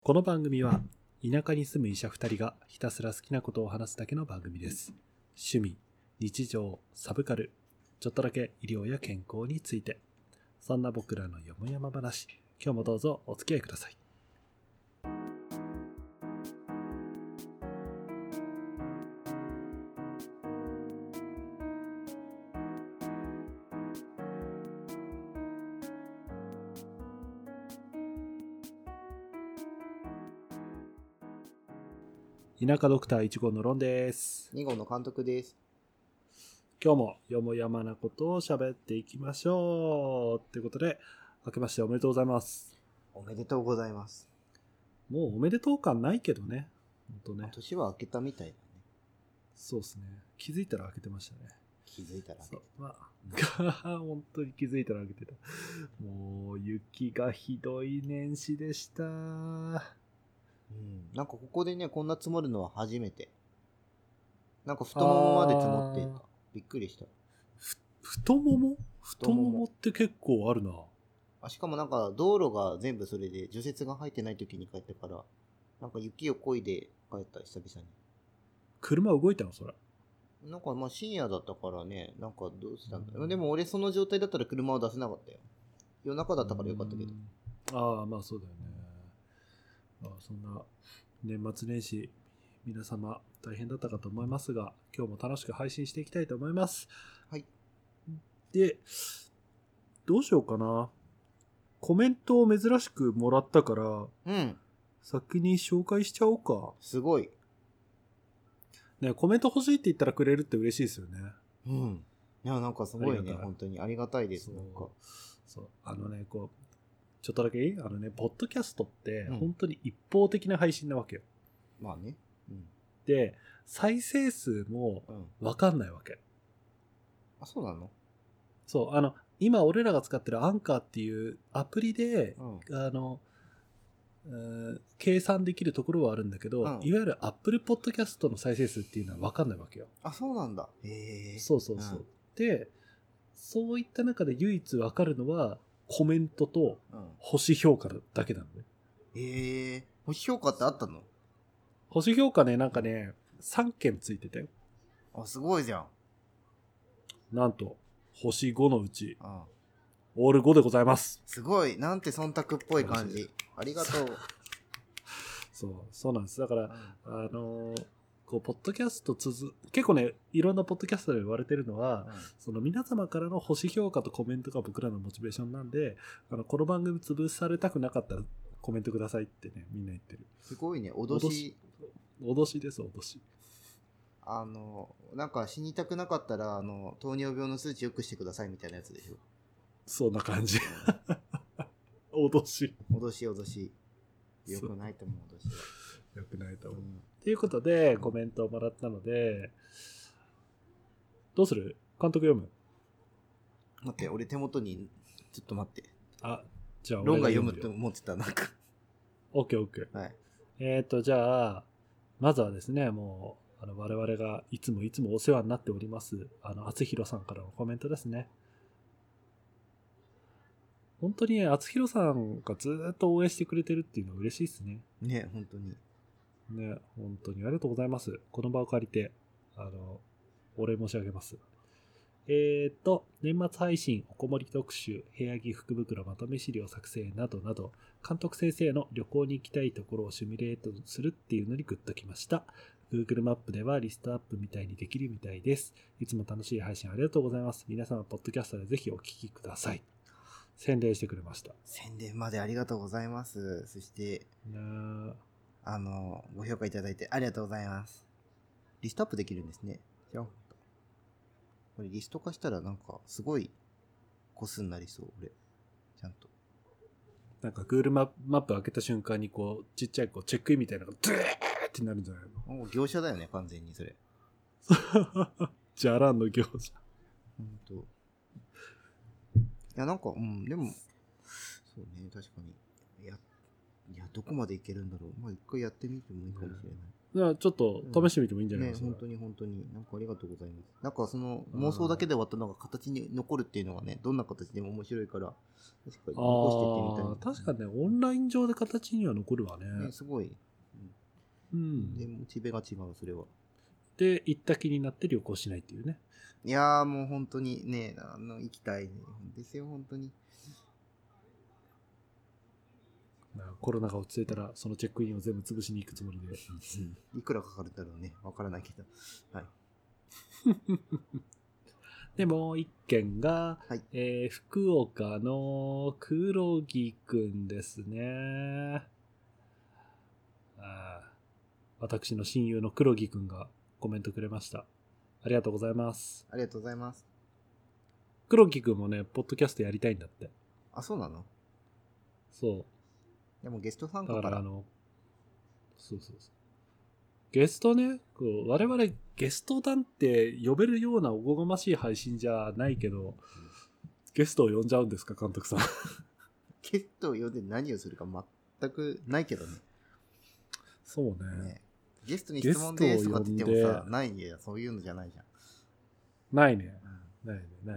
この番組は田舎に住む医者2人がひたすら好きなことを話すだけの番組です。趣味、日常、サブカル、ちょっとだけ医療や健康について、そんな僕らのよもやま話、今日もどうぞお付き合いください。田舎ドクター1号のロンです。 2号の監督です。 今日もよもやまなことを喋っていきましょう。ということで、明けましておめでとうございます。 おめでとうございます。 もうおめでとう感ないけどね。ほんとね。 年は明けたみたいだね。 そうですね。気づいたら明けてましたね。 気づいたら。 そう、まあ、本当に気づいたら明けてた。もう雪がひどい年始でした。 なんかここでね、こんな積もるのは初めて。なんか太ももまで積もっていた。びっくりした。 太ももって結構あるな。 しかもなんか道路が全部それで除雪が入ってない時に帰ったから、なんか雪を漕いで帰った久々に。 車動いたのそれ。 なんかまあ深夜だったからね、なんかどうしたんだろう。でも俺その状態だったら車を出せなかったよ。夜中だったからよかったけど。 ああ、まあそうだよね。そんな年末年始皆様大変だったかと思いますが、今日も楽しく配信していきたいと思います。 はい。 で、どうしようかな。コメントを珍しくもらったから、先に紹介しちゃおうか。 すごい。 ね、コメント欲しいって言ったらくれるって嬉しいですよね。 いや、なんかすごいね、本当にありがたいです。なんか。 そう。ちょっとだけいい？ポッドキャストって本当に一方的な配信なわけよ。 まあね。 で、再生数もわかんないわけ。 そうなの？ そう、今俺らが使ってるアンカーっていうアプリで、計算できるところはあるんだけど、いわゆる Apple Podcast の再生数っていうのは分かんないわけよ。 そうなんだ。 そう。で、そういった中で唯一分かるのはコメントと星評価だけなのね。 星評価ってあったの？ 星評価ね、なんかね、3件ついてたよ。 すごいじゃん。 なんと、星5のうち、オール5でございます。 すごい。なんて忖度っぽい感じ。ありがとう。 そうなんです。だから、ポッドキャスト結構ね、いろんなポッドキャストで言われてるのは、その皆様からの星評価とコメントが僕らのモチベーションなんで、この番組潰されたくなかったらコメントくださいってね、みんな言ってる。 すごいね、脅しです。 なんか死にたくなかったら、糖尿病の数値良くしてくださいみたいなやつでしょ。 そんな感じ。脅し。 よくないと思う、脅しは。 よくないと思う。ということで、コメントをもらったので、どうする？監督読む？ 待って、俺手元に、ちょっと待って。 じゃあロンが読むって思ってた、なんか。 オッケー。 はい。 じゃあ、まずはですね、もう、我々がいつもお世話になっております、厚弘さんからのコメントですね。本当に厚弘さんがずっと応援してくれてるっていうのは嬉しいですね。 ね、本当に。 ね、本当にありがとうございます。この場を借りて、お礼申し上げます。年末配信、おこもり特集、部屋着福袋まとめ資料作成などなど、監督先生の旅行に行きたいところをシミュレートするっていうのにグッときました。Google マップではリストアップみたいにできるみたいです。いつも楽しい配信ありがとうございます。皆様、ポッドキャストでぜひお聞きください。宣伝してくれました。 宣伝までありがとうございます。そして、ご評価いただいてありがとうございます。リストアップできるんですね。これリスト化したらなんかすごい個数になりそう、俺。ちゃんと。 なんか Google マップ開けた瞬間にこう、ちっちゃいこうチェックインみたいなのがドゥーってなるんじゃないの？ もう業者だよね、完全にそれ。 じゃらんの業者。 いや、なんか、でも、そうね、確かに。いや、どこまでいけるんだろう。まあ、一回やってみてもいいかもしれない。 だからちょっと試してみてもいいんじゃないね、 ですか。 本当に本当に。なんかありがとうございます。なんかその妄想だけで終わったのが形に残るっていうのがね、どんな形でも面白いから、確かに残していってみたいな。 確かにね、オンライン上で形には残るわね。 ね、すごい。で、モチベが違う、それは。 で、行った気になって旅行しないっていうね。 いやーもう本当にね、行きたいですよ、本当に。 コロナが落ち着いたら、そのチェックインを全部潰しに行くつもりで。 いくらかかるんだろうね、わからないけど。はい。 で、もう一件が、 はい。 福岡の黒木くんですね。私の親友の黒木くんがコメントくれました。ありがとうございます。 ありがとうございます。 黒木くんもね、ポッドキャストやりたいんだって。 あ、そうなの？ そう。 でもゲスト参だか加からら。 そう。ゲストね、我々ゲストなんて呼べるようなおこがましい配信じゃないけど、ゲストを呼んじゃうんですか、監督さん。 ゲストを呼んで何をするか全くないけどね。 そうね。 ね、ゲストに質問ですとかって言ってもさ、 ゲストを呼んでないや、そういうのじゃないじゃん。 ないね。ない。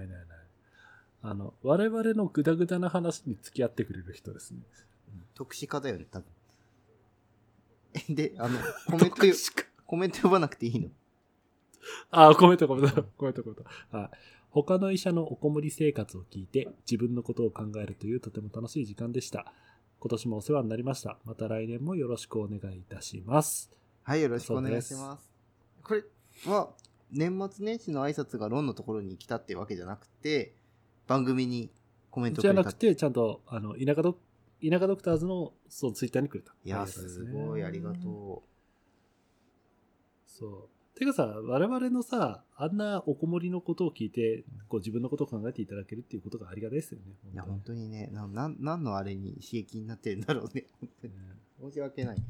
我々のグダグダな話に付き合ってくれる人ですね。 特殊化だよね、多分。で、コメント呼ばなくていいの？ コメント。はい。他の医者のおこもり生活を聞いて自分のことを考えるというとても楽しい時間でした。今年もお世話になりました。また来年もよろしくお願いいたします。 はい、よろしくお願いします。これは、年末年始の挨拶がロンのところに来たってわけじゃなくて、番組にコメントくれた。 じゃなくて、ちゃんと、田舎ドクターズのツイッターにくれた。 いや、すごいありがとう。 そう。てかさ、我々のさ、あんなおこもりのことを聞いて、自分のことを考えていただけるっていうことがありがたいですよね。 いや、本当にね、何のあれに刺激になってるんだろうね。本当に。申し訳ない。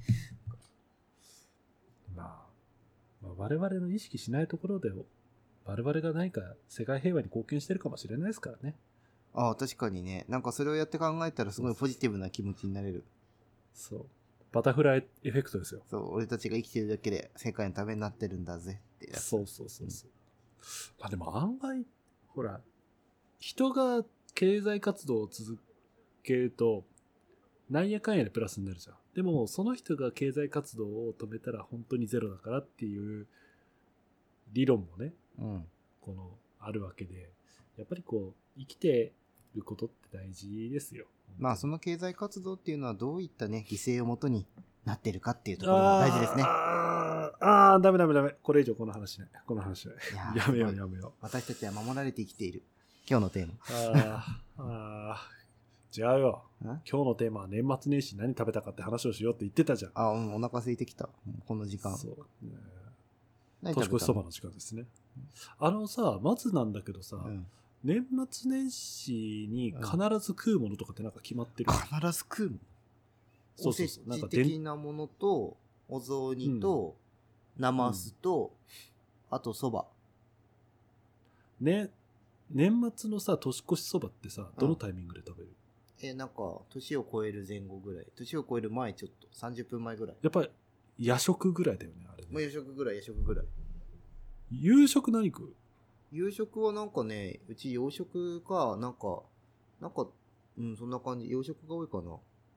まあ、我々の意識しないところで、我々が何か世界平和に貢献してるかもしれないですからね。 ああ、確かにね。なんかそれをやって考えたらすごいポジティブな気持ちになれる。 そう。バタフライエフェクトですよ。 そう、俺たちが生きてるだけで世界のためになってるんだぜってやつ。 そう。まあでも案外、ほら、人が経済活動を続けると、なんやかんやでプラスになるじゃん。でも、その人が経済活動を止めたら本当にゼロだからっていう理論もね、あるわけで、やっぱり生きてることって大事ですよ。 まあその経済活動っていうのはどういったね、犠牲をもとになってるかっていうところも大事ですね。 ダメ。これ以上この話ない。やめよう。 私たちは守られて生きている。今日のテーマ。違うよ。今日のテーマは年末年始何食べたかって話をしようって言ってたじゃん。 お腹空いてきた。この時間。 そう。年越しそばの時間ですね。まずなんだけどさ、年末年始に必ず食うものとかってなんか決まってる？ 必ず食うもの？ そう。 おせち的なものと、お雑煮と、なますと、あとそば。 ね、年末のさ、年越しそばってさ、どのタイミングで食べる？ なんか、年を超える前後ぐらい。年を超える前ちょっと、30分前ぐらい。 やっぱり、夜食ぐらいだよね、あれね。 夜食ぐらい。 夕食何食う？ 夕食はなんかね、うち洋食か、なんか、そんな感じ。洋食が多いか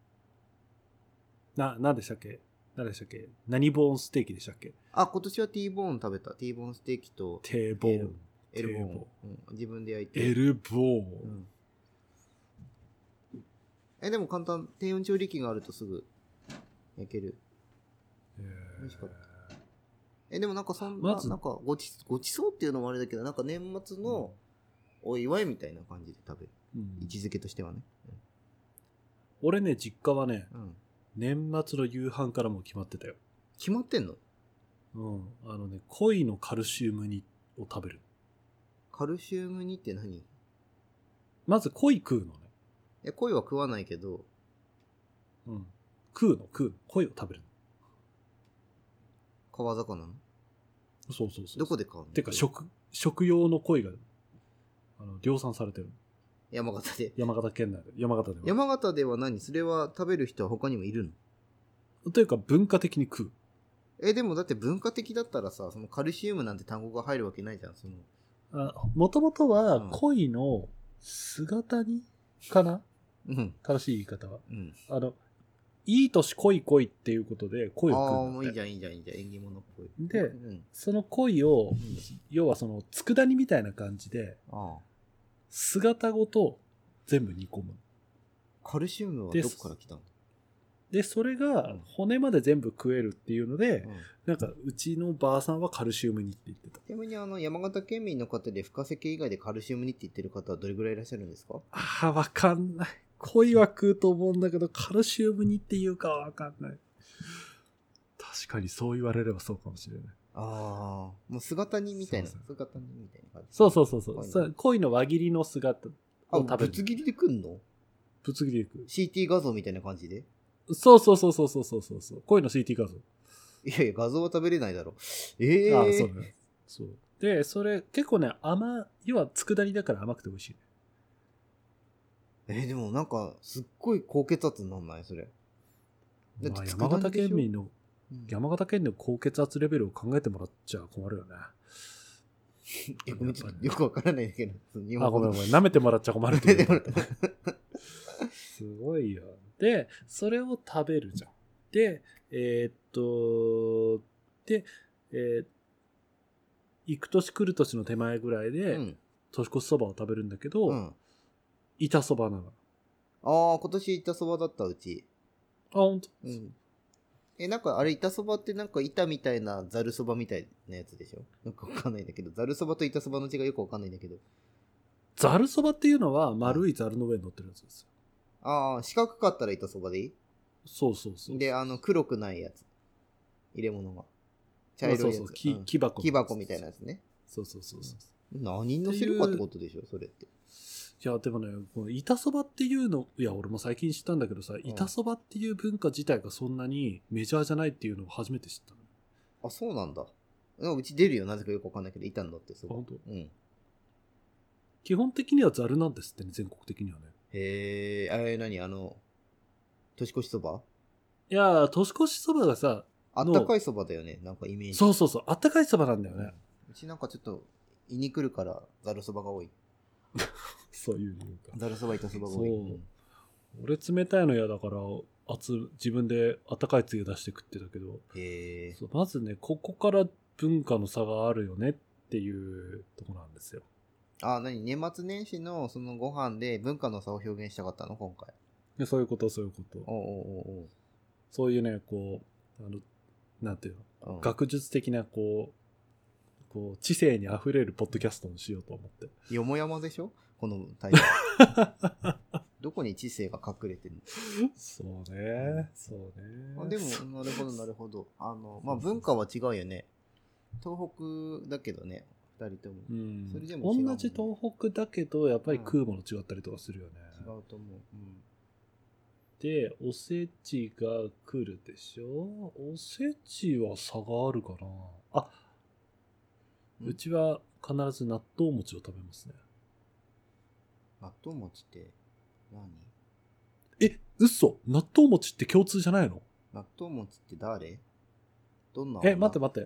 な。 何でしたっけ？何ボーンステーキでしたっけ？ 今年は T ボーン食べた。T ボーンステーキと、 T ボーン。 エルボーン。自分で焼いて。 エルボーン。 でも簡単。低温調理器があるとすぐ焼ける。美味しかった。でもなんかなんかごちそうっていうのもあれだけど、なんか年末のお祝いみたいな感じで食べる。位置づけとしてはね。 俺ね、実家はね、年末の夕飯からもう決まってたよ。 決まってんの？ 鯉のカルシウム煮を食べる。 カルシウム煮って何？ まず鯉食うのね。 鯉は食わないけど。 食うの。鯉を食べるの。 川魚の？ そう。 どこで買うの？ てか食用の鯉が量産されてる。 山形で。 山形県内で。山形では何？それは食べる人は他にもいるの？ というか文化的に食う。 でもだって文化的だったらさ、そのカルシウムなんて単語が入るわけないじゃん。そのもともとは鯉の姿煮かな、 うん。 正しい言い方は。 うん。 いい年恋恋っていうことで恋を食ああ、 うんだって。 もういいじゃん、いいじゃん、いいじゃん。縁起物っぽい。 で、 うん。 その恋を、 うん要はその佃煮みたいな感じで、 ああ。 姿ごと全部煮込む。 カルシウムはどこから来たんだ？ で、それが骨まで全部食えるっていうので、 うん。 なんかうちのばあさんはカルシウム煮って言ってた。 ちなみに山形県民の方で深瀬家以外でカルシウムにって言ってる方はどれぐらいいらっしゃるんですか？ ああ、わかんない。鯉は食うと思うんだけど、カルシウム煮っていうかはわかんない。確かにそう言われればそうかもしれない。 ああ、もう姿煮みたいな。 そう姿煮みたいな感じ。 そうそうそうそう。 鯉のそう鯉の輪切りの姿をあ、 食べる。 ぶつ切りで食んの？ ぶつ切りで食 CT 画像みたいな感じで？ う。そうそうそうそうそうそうそう。鯉の CT 画像。 いやいや、画像は食べれないだろ。 ああ、そうえね。そう。で、それ結構ね、要は佃煮だから甘くて美味しい。 でもなんか、すっごい高血圧になんないそれ。だってまあ、山形県民の、 うん山形県の高血圧レベルを考えてもらっちゃ困るよね。 ごめんちょっとよくわからないんだけど。 あ、ごめんごめん。舐めてもらっちゃ困るけど。すごいよ。で、それを食べるじゃん。で、で、行く年来る年の手前ぐらいで、 うん。 年越しそばを食べるんだけど、 うん。 板そばなの。 ああ、今年板そばだったうち。 あ、ほんと？ うん。なんかあれ板そばってなんか板みたいなざるそばみたいなやつでしょ？なんかわかんないんだけど、ざるそばと板そばの違いよくわかんないんだけど。 ざるそばっていうのは丸いざるの上に乗ってるやつですよ。 ああ、四角かったら板そばでいい？ そうそうそう。 で、黒くないやつ。入れ物が。茶色いやつ。 そうそう、木箱。 木箱みたいなやつね。 そうそうそうそう。 何の汁かってことでしょそれって。 いや、でもね、この板そばっていうの、いや、俺も最近知ったんだけどさ、板そばっていう文化自体がそんなにメジャーじゃないっていうのを初めて知ったの。 あ、そうなんだ。うち出るよ。なぜかよくわかんないけど、板んだってそば。 本当？ うん。 基本的にはざるなんですってね、全国的にはね。 へえ、何年越しそば？ いや、年越しそばがさ、 あったかいそばだよね。なんかイメージ。 そうそうそう、あったかいそばなんだよね。 うちなんかちょっと、胃に来るから、ざるそばが多い。 そういう理由か。 ざるそば、板そばが多い。 そう。俺冷たいの嫌だから、自分であったかいつゆ出して食ってたけど、 へえ。 そうまずね、ここから文化の差があるよねっていうとこなんですよ。 年末年始のそのご飯で文化の差を表現したかったの今回。 でそういうこと、そういうこと。 おうおうおうそういうね、なんていうの、 おう。 学術的な、知性に溢れるポッドキャストにしようと思って。 よもやまでしょこのタイトル。どこに知性が隠れてるの？ そうね、そうね。 でも、なるほど、なるほど。文化は違うよね。東北だけどね、二人とも。 うん。 それでも違うもんね同じ東北だけど、やっぱり食うもの違ったりとかするよね。 違うと思う。 で、おせちが来るでしょ？おせちは差があるかな？うちは必ず納豆餅を食べますね。 納豆餅って何？ 嘘？納豆餅って共通じゃないの？ 納豆餅って誰？どんな？ 待って。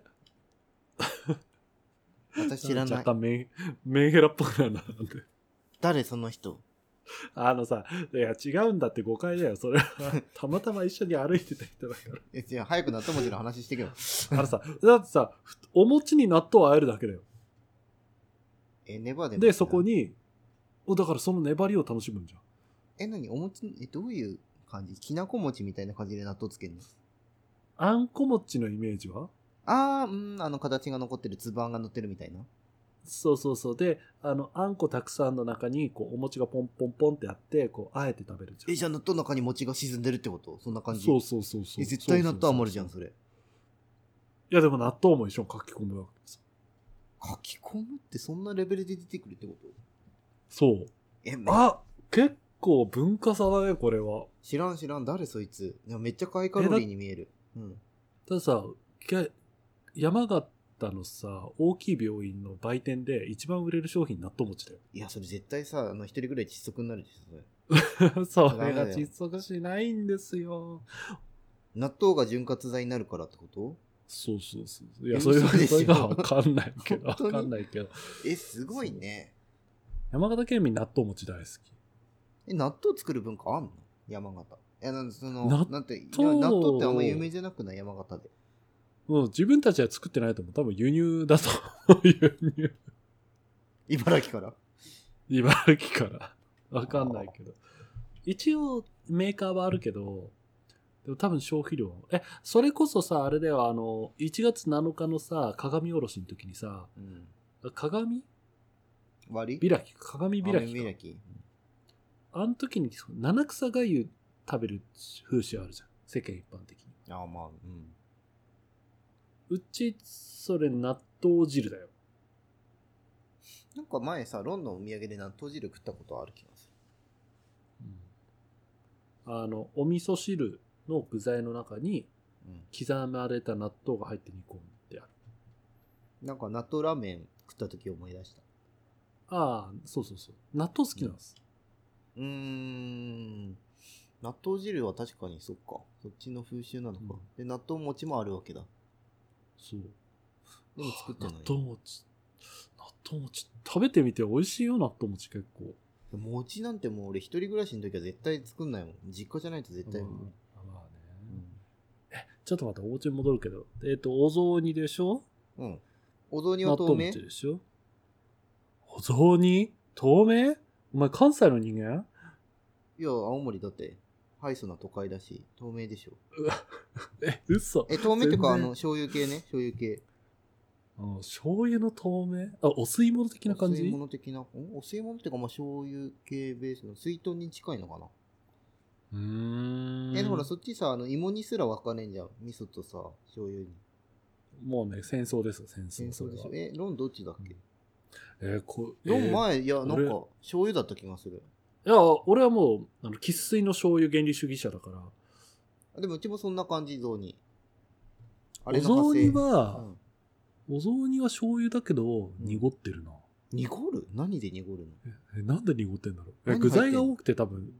私知らない。 若干メンヘラっぽくなるな。なんで。 誰その人？ いや違うんだって誤解だよ。それはたまたま一緒に歩いてた人だから。 いや、早く納豆餅の話してけよ。 だってさ、お餅に納豆を和えるだけだよ。 ネバで、そこに、だからその粘りを楽しむんじゃん。 お餅、どういう感じ？きなこ餅みたいな感じで納豆つけるの？ あんこ餅のイメージは？ 形が残ってるつぶあんが乗ってるみたいな。 そうそうそう。で、あんこたくさんの中に、お餅がポンポンポンってあって、あえて食べるじゃん。 じゃあ納豆の中に餅が沈んでるってこと？そんな感じ？ そう。 絶対納豆余るじゃん、それ。 いや、でも納豆も一緒に書き込むわけです。 書き込むってそんなレベルで出てくるってこと？ そう。結構文化差だね、これは。 知らん。誰そいつ？めっちゃハイカロリーに見える。 たださ、山形のさ、大きい病院の売店で一番売れる商品納豆餅だよ。 いや、それ絶対さ、一人ぐらい窒息になるでしょ、それ。 それが窒息しないんですよ。 納豆が潤滑剤になるからってこと？ そうそうそう。いや、 嘘でしょそれがわかんないけど、わ本当にかんないけど。 すごいね。 山形県民納豆餅大好き。 納豆作る文化あんの山形。いや、なんて、いや納豆納豆ってあんま有名じゃなくない山形で。 もう自分たちは作ってないと思う。多分輸入だと思う。輸入。 茨城から。 茨城から。わかんないけど。一応メーカーはあるけど、でも多分消費量。それこそさ、あれだよ、1月7日のさ、鏡おろしの時にさ、鏡割り開き鏡開きか。 開き。 あの時に七草がゆ食べる風習あるじゃん。世間一般的に。 ああ、まあ、 うち、それ納豆汁だよ。 なんか前さ、ロンドンお土産で納豆汁食ったことある気がすお味噌汁の具材の中に刻まれた納豆が入って煮込んである。 なんか納豆ラーメン食った時思い出した。 ああ、そうそうそう。納豆好きなんです。 納豆汁は確かにそっか。そっちの風習なのか。で、納豆餅もあるわけだ。 そう。 でも作ってない。 納豆餅食べてみて美味しいよ、納豆餅結構。 餅なんてもう俺一人暮らしの時は絶対作んないもん。実家じゃないと絶対無理。 まあね。ちょっと待って、お家に戻るけど。お雑煮でしょ？ お雑煮は透明？ 納豆餅でしょ？お雑煮？透明？お前関西の人間？ いや、青森だって、ハイソな都会だし、透明でしょ。 嘘。 透明っていうか、醤油系ね、醤油系。 醤油の透明？お吸い物的な感じ？ お吸い物的な、お吸い物っていうか、まあ、醤油系ベースの、水筒に近いのかな。ほら、そっちさ、芋煮すら分かねえんじゃん。味噌とさ、醤油に。 もうね、戦争ですよ、戦争でしょ。ロンどっちだっけ？ ロン前、いや、なんか、醤油だった気がする。 いや、俺はもう、生粋の醤油原理主義者だから。 でも、うちもそんな感じ、雑煮。 お雑煮は、お雑煮は醤油だけど、濁ってるな。 濁る？何で濁るの？ なんで濁ってんだろう。具材が多くて多分、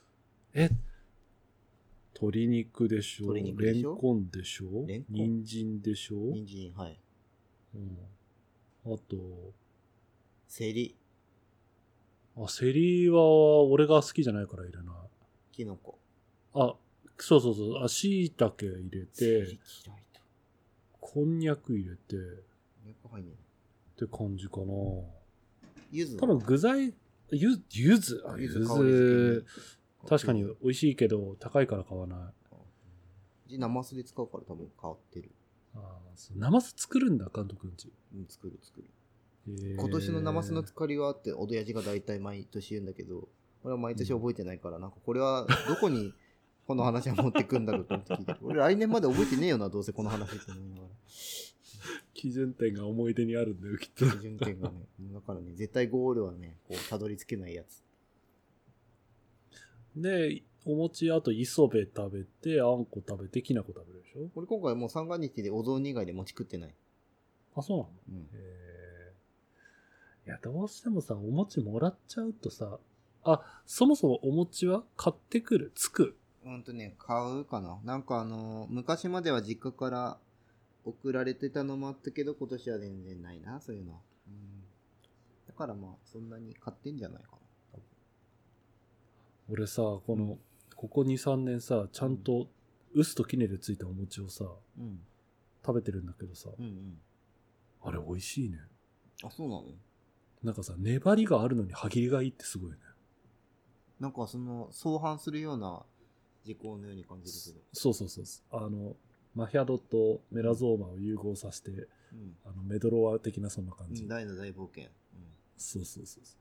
鶏肉でしょ、レンコンでしょ、人参でしょ、 人参、はい。 あと、 セリ。 セリは俺が好きじゃないから入れない。 キノコ。 そうそうそう。椎茸入れて、こんにゃく入れて、って感じかな。 柚子。 多分具材、柚子。確かに美味しいけど、高いから買わない。 ナマスで使うから多分変わってる。 ナマス作るんだ、監督んち。 作る。今年のナマスの漬かりはあって、おどやじが大体毎年言うんだけど、俺は毎年覚えてないから、なんかこれはどこにこの話は持ってくんだろうと思って聞いてる。俺来年まで覚えてねえよな、どうせこの話って思いながら。 基準点が思い出にあるんだよ、きっと。 基準点がね。だからね、絶対ゴールはね、こう、たどり着けないやつ。 で、お餅、あと磯辺食べて、あんこ食べて、きなこ食べるでしょ？ 俺今回もう三が日でお雑煮以外で餅食ってない。 そうなの？いや、どうしてもさ、お餅もらっちゃうとさ、そもそもお餅は買ってくる？つく？ 買うかな。なんか昔までは実家から送られてたのもあったけど、今年は全然ないな、そういうの。だからまあ、そんなに買ってんじゃないかな。 俺さ、ここ2、3年さ、ちゃんと、臼と杵でついたお餅をさ、食べてるんだけどさ、あれ美味しいね。 そうなの？ なんかさ、粘りがあるのに歯切りがいいってすごいね。 なんか相反するような時効のように感じるけど。 そう。マヒャドとメラゾーマを融合させて、メドロワ的なそんな感じ。 大の大冒険。 そう。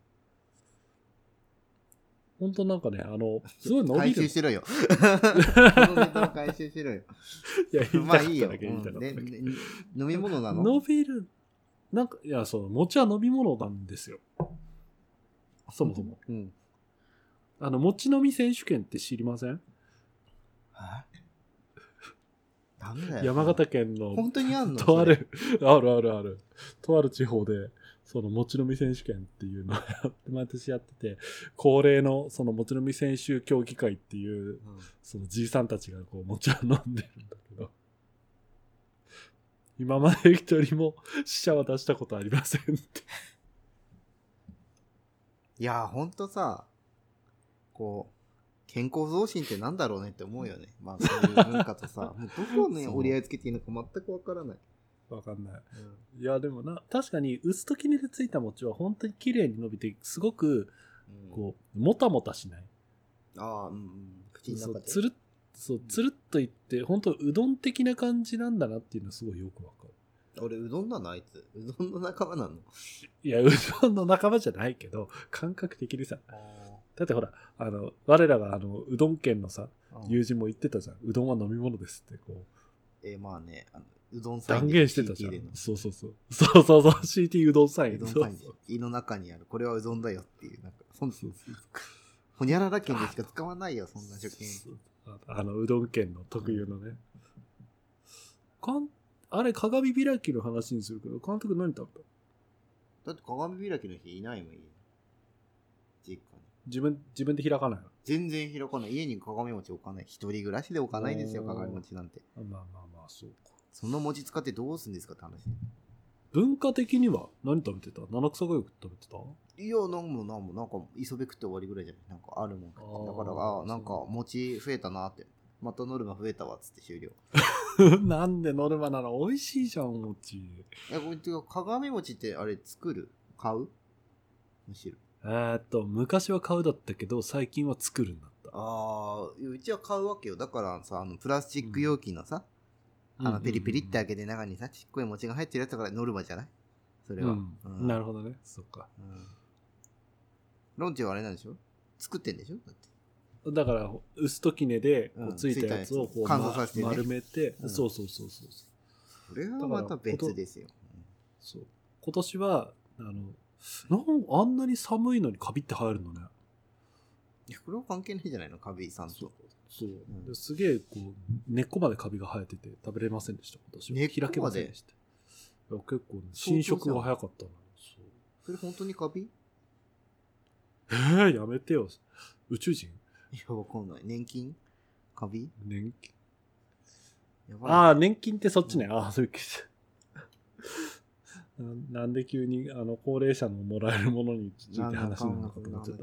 ほんとなんかね、すごい伸びる。回収しろよ。このネタを回収しろよ。 いや、 まあいいよ。飲み物なの？ 伸びる。なんか、いや、餅は飲み物なんですよ。そもそも。餅飲み選手権って知りません？ ダメだよ。 山形県の、 本当にあんの？ ある。とある地方で、餅飲み選手権っていうのを毎年やってて、恒例の餅飲み選手競技会っていう、じいさんたちがこう餅を飲んでるんだけど、 今まで一人も死者は出したことありませんって。 いやー、ほんとさ、こう、健康増進ってなんだろうねって思うよね。まあそういう文化とさ、もうどこに折り合いつけていいのか全くわからない。 わかんない。いや、でも確かに薄ときねでついた餅は本当に綺麗に伸びて、すごく、こう、もたもたしない。 ああ、うんうん。口の中で。 つるっといって、本当うどん的な感じなんだなっていうのはすごいよくわかる。 俺、うどんなのあいつ。うどんの仲間なの？ いや、うどんの仲間じゃないけど、感覚的にさ。だってほら、我らがうどん県のさ、友人も言ってたじゃん。うどんは飲み物ですって、こう。まあね、うどんサイン断言してたじゃん。そう。CT うどんサイン。 うどんサイン。胃の中にある。これはうどんだよっていう。なんか、そう。ほにゃらら県でしか使わないよ、そんな食品。 うどん県の特有のね。あれ、鏡開きの話にするけど、監督何食べた？ だって鏡開きの日いないもん、家に。実家に。自分で開かないの？ 全然開かない。家に鏡餅置かない。一人暮らしで置かないですよ、鏡餅なんて。 まあ、そうか。 その餅使ってどうするんですかって話。 文化的には何食べてた？七草がゆ食べてた？ いや、なんか、磯辺食って終わりぐらいじゃない？なんかあるもん。だから、なんか餅増えたなって。またノルマ増えたわっつって終了。 なんでノルマなら美味しいじゃん、お餅。 これ鏡餅ってあれ買う？むしろ。昔は買うだったけど、最近は作るんだった。 うちは買うわけよ。だからさ、プラスチック容器のさ、ペリペリって開けて中にさ、ちっこい餅が入ってるやつだからノルマじゃない？それは。 なるほどね。そっか。 ロンチはあれなんでしょ？作ってんでしょ？だって。 だから、薄ときねでついたやつをこう乾燥させて、 丸めて、そう。 それはまた別ですよ。 そう。今年は、あんなに寒いのにカビって生えるのね。 いや、これは関係ないじゃないの、カビさんと。 そう。すげえ、こう、根っこまでカビが生えてて食べれませんでした、今年は。開けませんでした。結構、侵食が早かったな。 それ本当にカビ？ やめてよ。宇宙人？ いや、わかんない。年金？カビ？ 年金？ やばい、 年金ってそっちね。そういうなんで急に高齢者のもらえるものについて話なのかと思っちゃった。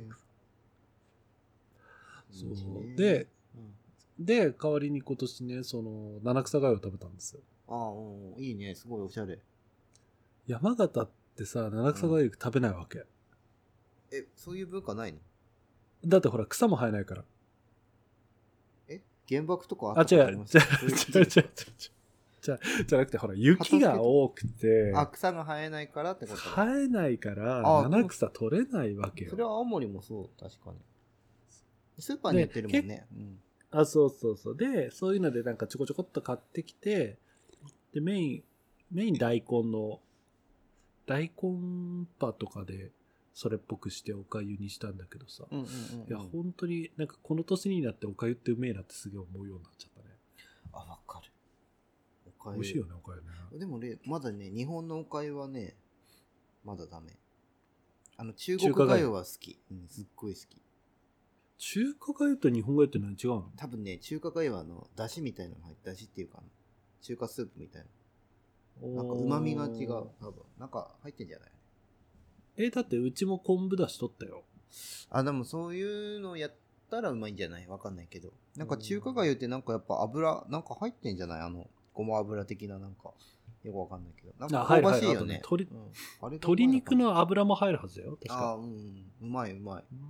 そうで、代わりに今年ね、七草がゆを食べたんですよ。 いいね。すごいおしゃれ。 山形ってさ、七草がゆ食べないわけ。 そういう文化ないの？ だってほら、草も生えないから。 原爆とかあったことあります？ じゃなくて、ほら、雪が多くて。 草が生えないからってこと？ 生えないから、七草取れないわけよ。 それは青森もそう、確かに。スーパーに売ってるもんね。 そう。で、そういうのでなんかちょこちょこっと買ってきて、で、メイン大根パとかで、それっぽくしておかゆにしたんだけどさ。いや、本当になんかこの年になっておかゆってうめえなってすげえ思うようになっちゃったね。 わかる。 美味しいよね、おかゆね。 でもね、まだね、日本のおかゆはね、まだダメ。中国がゆは好き。すっごい好き。 中華がゆと日本がゆって何違うの？ 多分ね、中華がゆはだしみたいなの入って、だしっていうか、中華スープみたいな。なんか旨味が違う。多分。なんか入ってんじゃない？ だってうちも昆布だし取ったよ。 でもそういうのやったらうまいんじゃない？わかんないけど。なんか中華がゆってなんかやっぱ油、なんか入ってんじゃない？ごま油的ななんか。よくわかんないけど。なんか香ばしいよね。 鶏肉の油も入るはずだよ。確か。 うまい。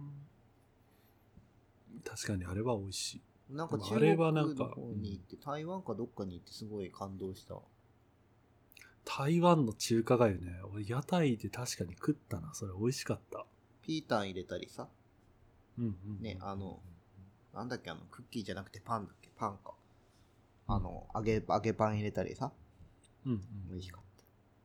確かにあれは美味しい。 なんか中国の方に行って、台湾かどっかに行ってすごい感動した。 台湾の中華がゆね、俺屋台で確かに食ったな。それ美味しかった。 ピータン入れたりさ。ね、なんだっけ、クッキーじゃなくてパンだっけ？パンか。揚げパン入れたりさ。美味しかった。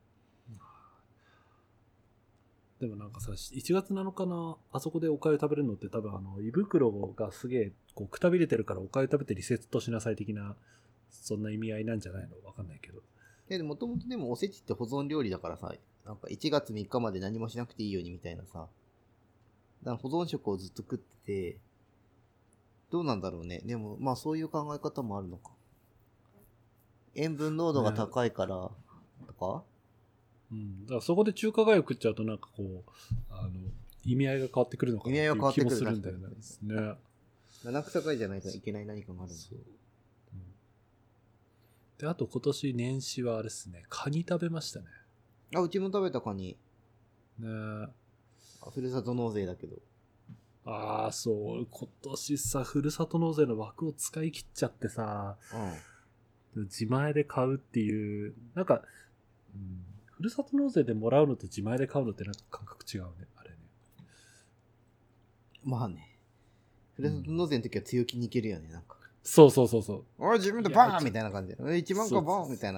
でもなんかさ、1月7日のあそこでおかゆ食べるのって多分胃袋がすげえこうくたびれてるからおかゆ食べてリセットしなさい的な、そんな意味合いなんじゃないの？わかんないけど。 でもともとでもおせちって保存料理だからさ、なんか1月3日まで何もしなくていいようにみたいなさ。だから保存食をずっと食ってて、どうなんだろうね。でもまあそういう考え方もあるのか。 塩分濃度が高いからとか、 うん、だからそこで中華街を食っちゃうとなんかこう意味合いが変わってくるのかなっていう気もするんだよね。 七草がいじゃないといけない何かがある。 そう、うん、であと今年年始はあれですね、カニ食べましたね。 あ、うちも食べたカニね。 ふるさと納税だけど。 ああ、そう今年さふるさと納税の枠を使い切っちゃってさ、自前で買うっていうなんか、うん、ふるさと納税でもらうのと自前で買うのってなんか感覚違うね、あれね。 まあね、ふるさと納税の時は強気にいけるよね、なんか。 そうそうそうそう。 俺自分でバーンみたいな感じで。1万かバーンみたいな。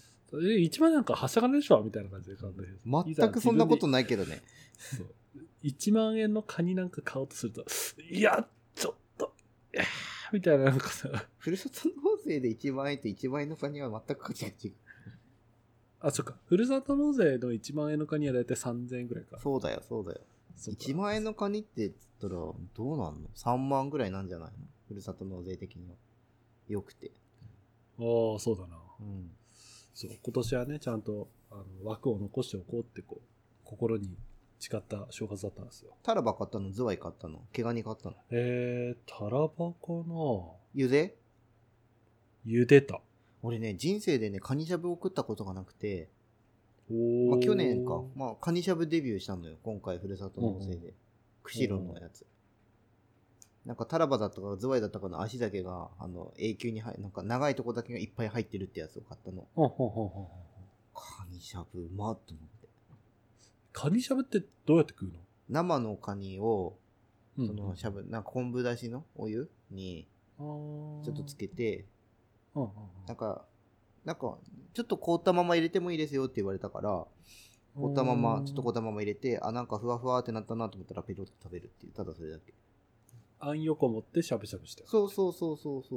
1万なんかはしゃがないでしょみたいな感じで買うんだけど。 全くそんなことないけどね。 そう。1万円のカニなんか買おうとすると、いや、ちょっと、みたいななんかさ。 ふるさと納税で1万円と1万円のカニは全く価値が違う。 あ、そっか。ふるさと納税の1万円のカニはだいたい3000円ぐらいか。 そうだよ、そうだよ。1万円のカニって言ったらどうなんの ?3 万ぐらいなんじゃないの、ふるさと納税的には。よくて。 ああ、そうだな。うん。そう、今年はね、ちゃんと枠を残しておこうってこう、心に誓った正月だったんですよ。 タラバ買ったの？ズワイ買ったの？毛ガニ買ったの？ タラバかな？ ゆで？ 茹でた。 俺ね、人生でね、カニしゃぶを食ったことがなくて、まあ、去年か。まあ、カニしゃぶデビューしたのよ。今回、ふるさと納税で。釧路のやつ。なんか、タラバだったか、ズワイだったかの足だけが、永久になんか、長いとこだけがいっぱい入ってるってやつを買ったの。カニしゃぶ、うまっと思って。 カニしゃぶってどうやって食うの？ 生のカニを、そのしゃぶ、なんか昆布だしのお湯に、ちょっとつけて、なんか、ちょっと凍ったまま入れてもいいですよって言われたから、ちょっと凍ったまま入れて、なんかふわふわってなったなと思ったらペロッと食べるっていう、ただそれだけ。 あん横持ってしゃぶしゃぶしてる。 そう。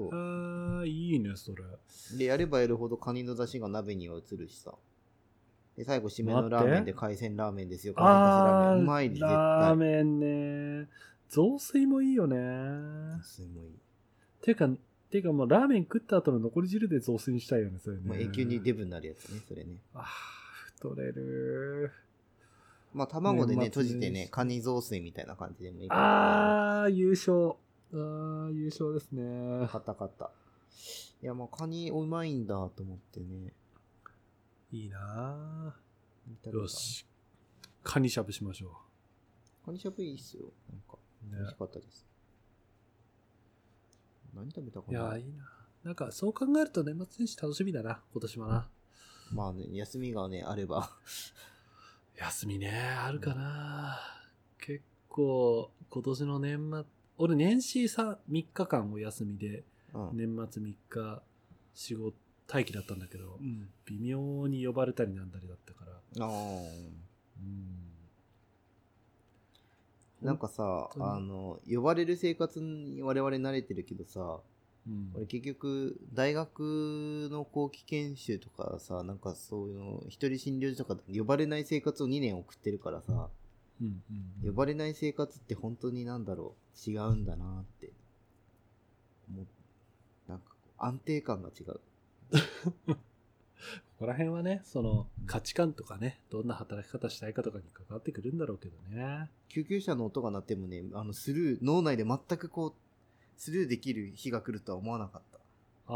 ああ、いいね、それ。 で、やればやるほどカニの出汁が鍋には移るしさ。で、最後、締めのラーメンで海鮮ラーメンですよ。海鮮だしラーメン。うまいで、絶対。 ラーメンね。雑炊もいいよね。 雑炊もいい。 てかもうラーメン食った後の残り汁で雑炊にしたいよね、それね。 まあ、永久にデブになるやつね、それね。 太れる。 まあ、卵でね、閉じてね、カニ雑炊みたいな感じでもいいから、 優勝。優勝ですね。 勝った。いや、まあ、カニうまいんだと思ってね。 いいなぁ。よし。カニしゃぶしましょう。カニしゃぶいいっすよ。なんか、美味しかったです。何食べたかな。 いや、いいな。なんか、そう考えると年末年始楽しみだな、今年はな。 まあね、休みがね、あれば。 休みね、あるかな。結構、今年の年末、俺年始3日間お休みで、年末3日仕事、待機だったんだけど、微妙に呼ばれたりなんだりだったから。 なんかさ、呼ばれる生活に我々慣れてるけどさ、俺結局大学の後期研修とかさ、なんかそういうの一人診療所とか呼ばれない生活を2年送ってるからさ、呼ばれない生活って本当になんだろう、違うんだなってなんか安定感が違う。 ここら辺はね、その価値観とかね、どんな働き方したいかとかに関わってくるんだろうけどね。 救急車の音が鳴ってもね、脳内で全くこうスルーできる日が来るとは思わなかった。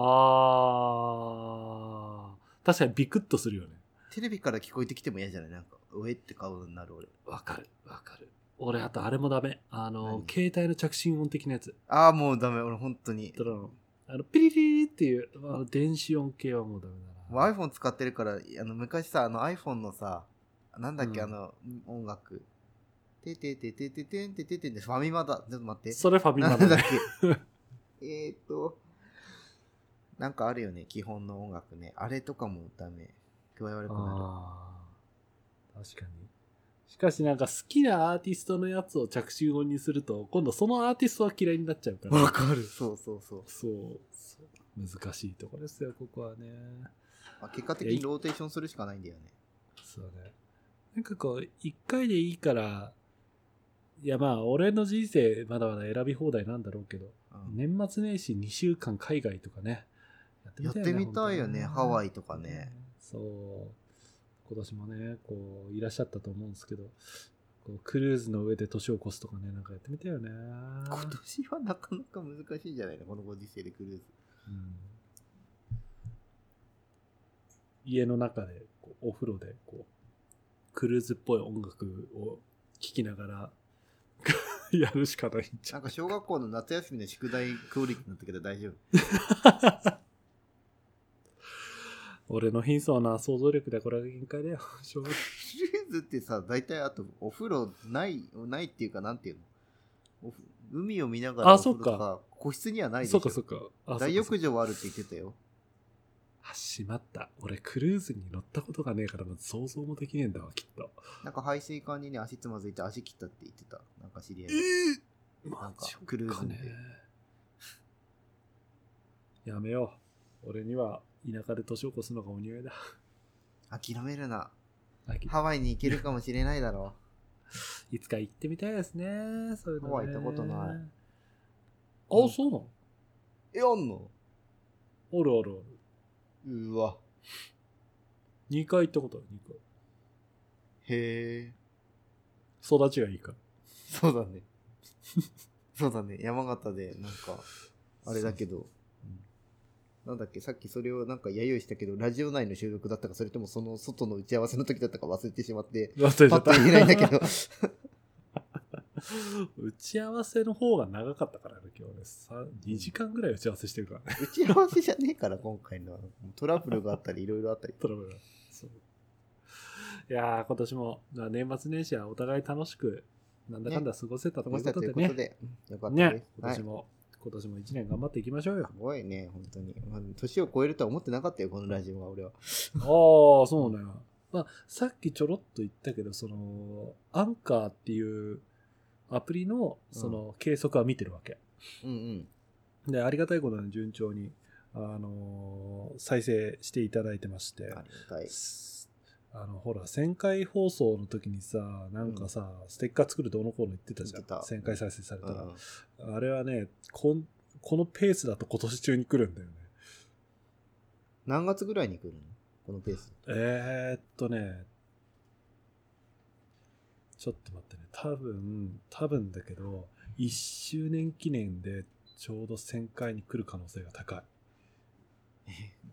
確かにビクッとするよね。 テレビから聞こえてきても嫌じゃない？なんかうえって顔になる俺。 わかる。俺あとあれもダメ。携帯の着信音的なやつ。 もうダメ。俺本当に。 ピリリリっていう電子音系はもうダメだな。 もう iPhone 使ってるから昔さiPhone のさなんだっけ、音楽ててててててんてててんでファミマだ。ちょっと待って。 それファミマだ、ね。 なんだっけなんかあるよね、基本の音楽ね。あれとかもダメ。具合悪くなる。確かに。しかしなんか好きなアーティストのやつを着信音にすると、今度そのアーティストは嫌いになっちゃうから。 わかる。そう。 難しいところですよ、ここはね。 結果的にローテーションするしかないんだよね。 そうね。なんかこう、一回でいいから、いやまあ、俺の人生まだまだ選び放題なんだろうけど、年末年始2週間海外とかね、やっってみたいやってみたいよね、ハワイとかね。 そう。今年もね、こう、いらっしゃったと思うんですけど、こうクルーズの上で年を越すとかね、なんかやってみたいよね。 今年はなかなか難しいんじゃないのこのご時世でクルーズ。 家の中でこうお風呂でこうクルーズっぽい音楽を聴きながらやるしかないんじゃなんか小学校の夏休みの宿題クオリティになったけど大丈夫。 俺の貧相な想像力でこれが限界だよ。 クルーズってさ、大体あとお風呂ないっていうか、なんていうの、海を見ながらお風呂とか個室にはないでしょ。 そうか大浴場はあるって言ってたよ。 しまった。俺クルーズに乗ったことがねえから想像もできねえんだわ、きっと。 なんか排水管にね、足つまずいて足切ったって言ってた。なんか知り合いが。なんかクルーズで。 やめよう。俺には田舎で年を越すのがお似合いだ。 諦めるな。ハワイに行けるかもしれないだろう。いつか行ってみたいですね。そういうのね。 ハワイ行ったことない。 あ、そうなの？ あんの？ あるあるある。 うわ。 2回行ったことある、2回。 へえ。 育ちがいいから。 そうだね。そうだね。山形で、なんか、あれだけど、なんだっけ、さっきそれをなんか揶揄したけど、ラジオ内の収録だったか、それともその外の打ち合わせの時だったか忘れてしまって、 パッと言えないんだけど。 打ち合わせの方が長かったからね、今日ね。2時間ぐらい打ち合わせしてるからね。 打ち合わせじゃねえから、今回の。トラブルがあったり、いろいろあったり。 トラブルが。そう。いやー、今年も年末年始はお互い楽しく、なんだかんだ過ごせたということでね。 よかったです。 ね、今年も1年頑張っていきましょうよ。 すごいね、本当に。年を超えるとは思ってなかったよ、このラジオは、俺は。 ああ、そうね。まあ、さっきちょろっと言ったけど、アンカーっていうアプリの、計測は見てるわけ。で、ありがたいことに順調に、再生していただいてまして。 ありがたい。 ほら、1000回放送の時にさ、なんかさ、ステッカー作るどうのこうの言ってたじゃん。1000回再生されたら。あれはね、このペースだと今年中に来るんだよね。 何月ぐらいに来るのこのペース。 ちょっと待ってね。多分だけど、1周年記念でちょうど1000回に来る可能性が高い。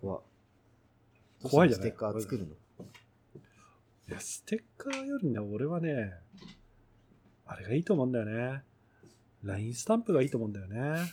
怖いじゃない？ステッカー作るの？ いや、ステッカーよりね、俺はね、あれがいいと思うんだよね。LINE スタンプがいいと思うんだよね。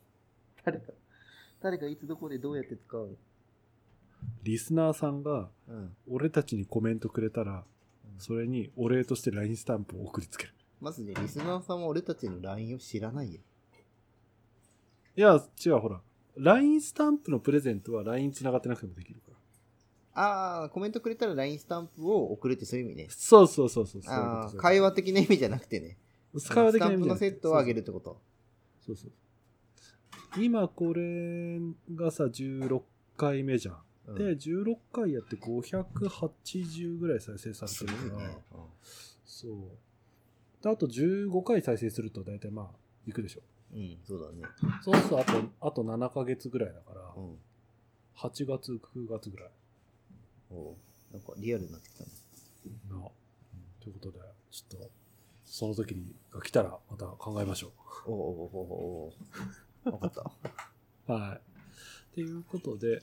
誰かいつどこでどうやって使うの？ リスナーさんが、俺たちにコメントくれたら、それにお礼として LINE スタンプを送りつける。 まずね、リスナーさんは俺たちの LINE を知らないよ。 いや、違う、ほら。LINE スタンプのプレゼントは LINE 繋がってなくてもできるから。 コメントくれたら LINE スタンプを送るってそういう意味ね。 そう。 会話的な意味じゃなくてね。 会話的な意味じゃなくて。 スタンプのセットをあげるってこと。 そう。今これがさ、16回目じゃん。で、16回やって580ぐらい再生されてるから。そう。で、あと15回再生すると大体まあ、いくでしょ。 そうだね。 そうするとあと7ヶ月ぐらいだから、8月、9月ぐらい。 なんかリアルになってきたね。 ということで、ちょっと、その時が来たらまた考えましょう。わかった。 はい。っていうことで、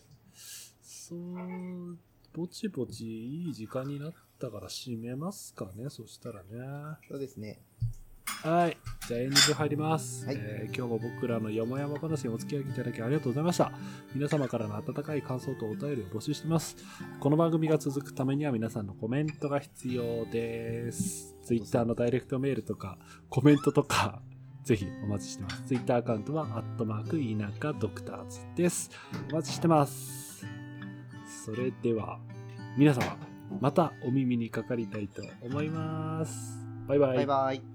ぼちぼちいい時間になったから締めますかね、そしたらね。 そうですね。 はい。じゃあエンディング入ります。今日も僕らのよもやま話にお付き合いいただきありがとうございました。皆様からの温かい感想とお便りを募集しています。この番組が続くためには皆さんのコメントが必要です。Twitter のダイレクトメールとかコメントとかぜひお待ちしてます。Twitter アカウントは@田舎ドクターズです。お待ちしてます。それでは皆様またお耳にかかりたいと思います。バイバイ。 バイバイ。